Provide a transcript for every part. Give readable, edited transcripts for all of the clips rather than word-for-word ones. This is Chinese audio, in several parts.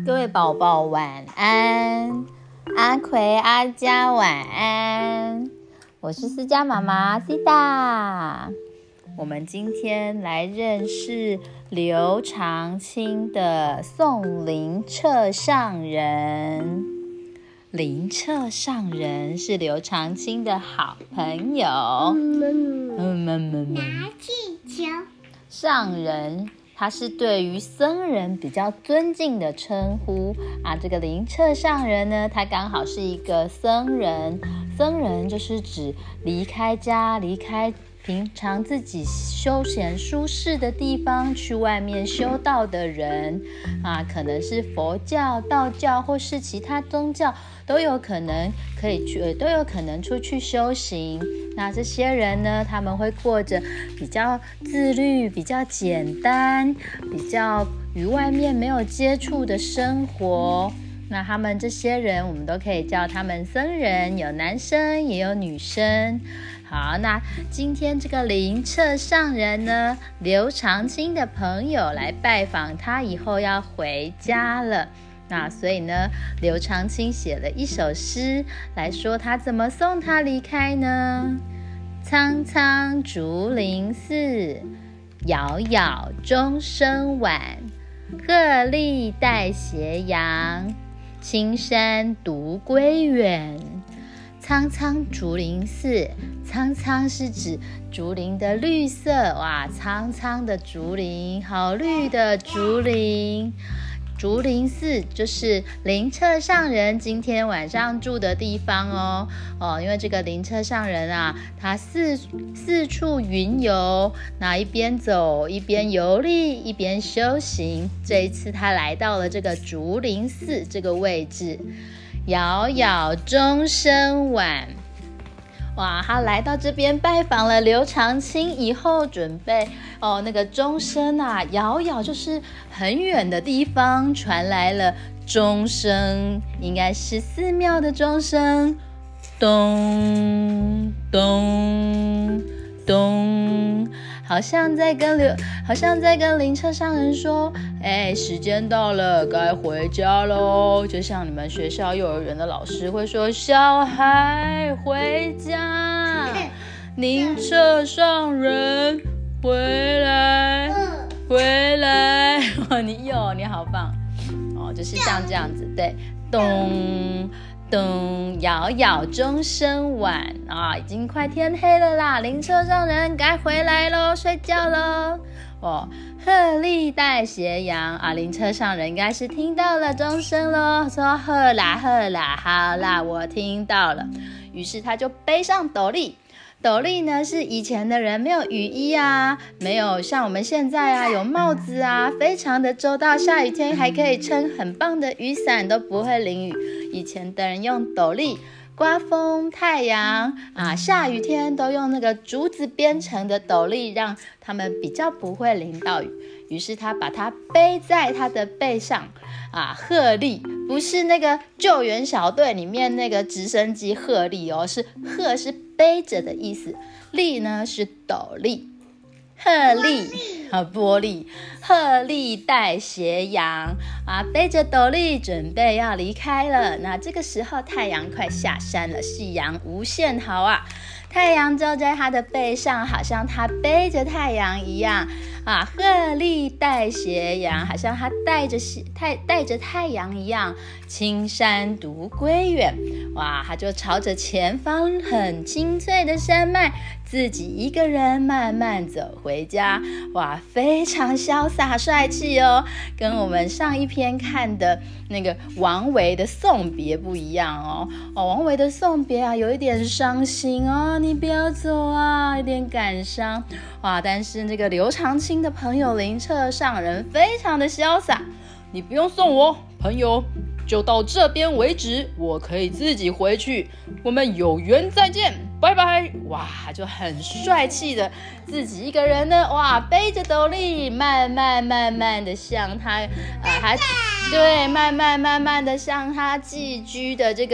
各位宝宝晚安，阿奎、阿佳晚安，我是思佳妈妈 Sita。我们今天来认识刘长卿的宋灵澈上人。灵澈上人是刘长卿的好朋友。 拿气球。 上人他是对于僧人比较尊敬的称呼啊。这个灵澈上人呢，他刚好是一个僧人。僧人就是指离开家，离开平常自己休闲舒适的地方，去外面修道的人啊，可能是佛教、道教或是其他宗教，都有可能出去修行。那这些人呢，他们会过着比较自律、比较简单、比较与外面没有接触的生活。那他们这些人，我们都可以叫他们僧人，有男生也有女生。好，那今天这个灵澈上人呢，刘长卿的朋友来拜访他以后要回家了。那所以呢，刘长卿写了一首诗来说他怎么送他离开呢？苍苍竹林寺，杳杳钟声晚。鹤唳带斜阳，青山独归远。苍苍竹林寺，苍苍是指竹林的绿色，哇，苍苍的竹林，好绿的竹林。竹林寺就是灵澈上人今天晚上住的地方因为这个灵澈上人啊，他四处云游，那一边走一边游历一边修行。这一次他来到了这个竹林寺这个位置。杳杳钟声晚，哇，他来到这边拜访了刘长卿以后，准备那个钟声啊，杳杳就是很远的地方传来了钟声，应该是寺庙的钟声，咚咚咚，好像在跟灵澈上人说，时间到了，该回家咯。就像你们学校幼儿园的老师会说，小孩回家，灵澈上人回来，回来。你好棒就是像这样子，对，咚咚，杳杳钟声晚啊，已经快天黑了啦，灵澈上人该回来咯，睡觉咯。鹤唳带斜阳啊，灵澈上人应该是听到了钟声咯，说鹤啦鹤啦，好啦，我听到了。于是他就背上斗笠。斗笠呢，是以前的人没有雨衣啊，没有像我们现在啊有帽子啊，非常的周到，下雨天还可以撑很棒的雨伞，都不会淋雨。以前的人用斗笠，刮风太阳啊，下雨天都用那个竹子编成的斗笠，让他们比较不会淋到雨。于是他把它背在他的背上啊，鹤唳不是那个救援小队里面那个直升机鹤唳是鹤是背着的意思，唳呢是斗笠，鹤唳玻璃，鹤唳带斜阳啊，背着斗笠准备要离开了。那这个时候太阳快下山了，夕阳无限好啊，太阳照在他的背上，好像他背着太阳一样啊，鹤唳带斜阳，好像他带着太阳一样，青山独归远。哇，他就朝着前方很青翠的山脉，自己一个人慢慢走回家。哇，非常潇洒帅气跟我们上一篇看的那个王维的送别不一样王维的送别啊，有一点伤心你不要走啊，有点感伤。哇，但是那个刘长卿的朋友灵澈上人非常的潇洒，你不用送我，朋友，就到这边为止，我可以自己回去，我们有缘再见，拜拜。哇，就很帅气的自己一个人呢，哇，背着斗笠，慢慢的向他慢慢的向他寄居的这个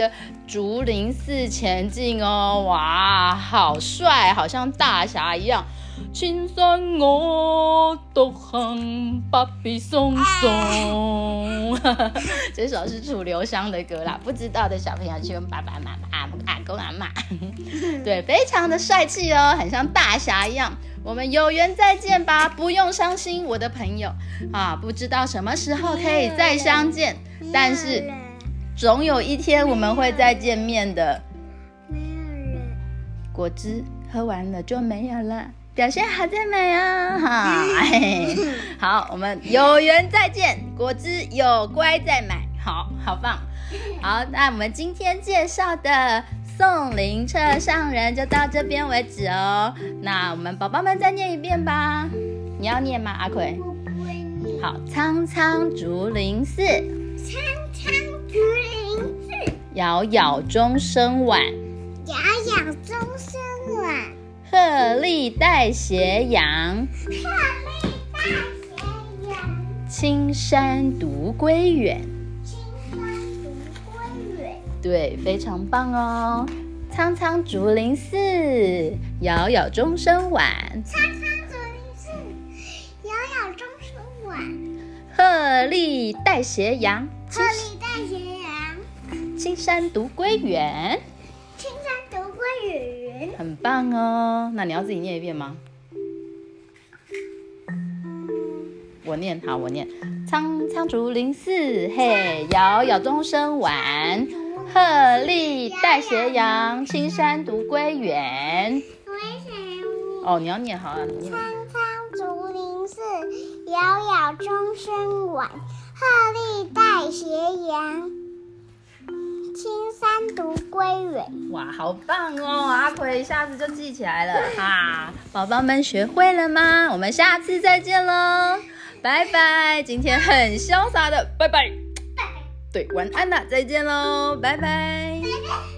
竹林寺前进哦。哇，好帅，好像大侠一样。青山我独行，不必松松。这首是楚留香的歌啦，不知道的小朋友去问爸爸妈妈、阿公阿嬷。对，非常的帅气哦，很像大侠一样。我们有缘再见吧，不用伤心，我的朋友啊！不知道什么时候可以再相见，但是总有一天我们会再见面的。 没有了， 果汁喝完了就没有了，表现好再买啊！哈，好，我们有缘再见，果汁有乖再买，好棒。好，那我们今天介绍的送灵车上人就到这边为止哦。那我们宝宝们再念一遍吧。你要念吗，阿奎？ 我不会念。 好，苍苍竹林寺， 苍苍竹林寺， 杳杳钟声晚， 杳杳钟声晚， 鹤唳带斜阳， 鹤唳带斜阳， 青山独归远。 青山独归远。 对，非常棒哦。苍苍竹林寺，杳杳钟声晚， 苍苍竹林寺，杳杳钟声晚， 鹤唳带斜阳， 鹤唳带斜阳， 青山独归远。 青山独归远。 很棒哦。那你要自己念一遍吗？我念，好，我念。苍苍竹林寺，嘿，杳杳钟声晚，鹤唳带斜阳，青山独归远。 我也想要念。 哦，你要念，好啊，你念。 苍苍竹林寺，杳杳钟声晚，鹤唳带斜阳，青山独归远。 哇，好棒哦！阿奎一下子就记起来了哈。宝宝们学会了吗？我们下次再见喽，拜拜！今天很潇洒的，拜拜。对，晚安啦，再见喽，拜拜。 拜拜。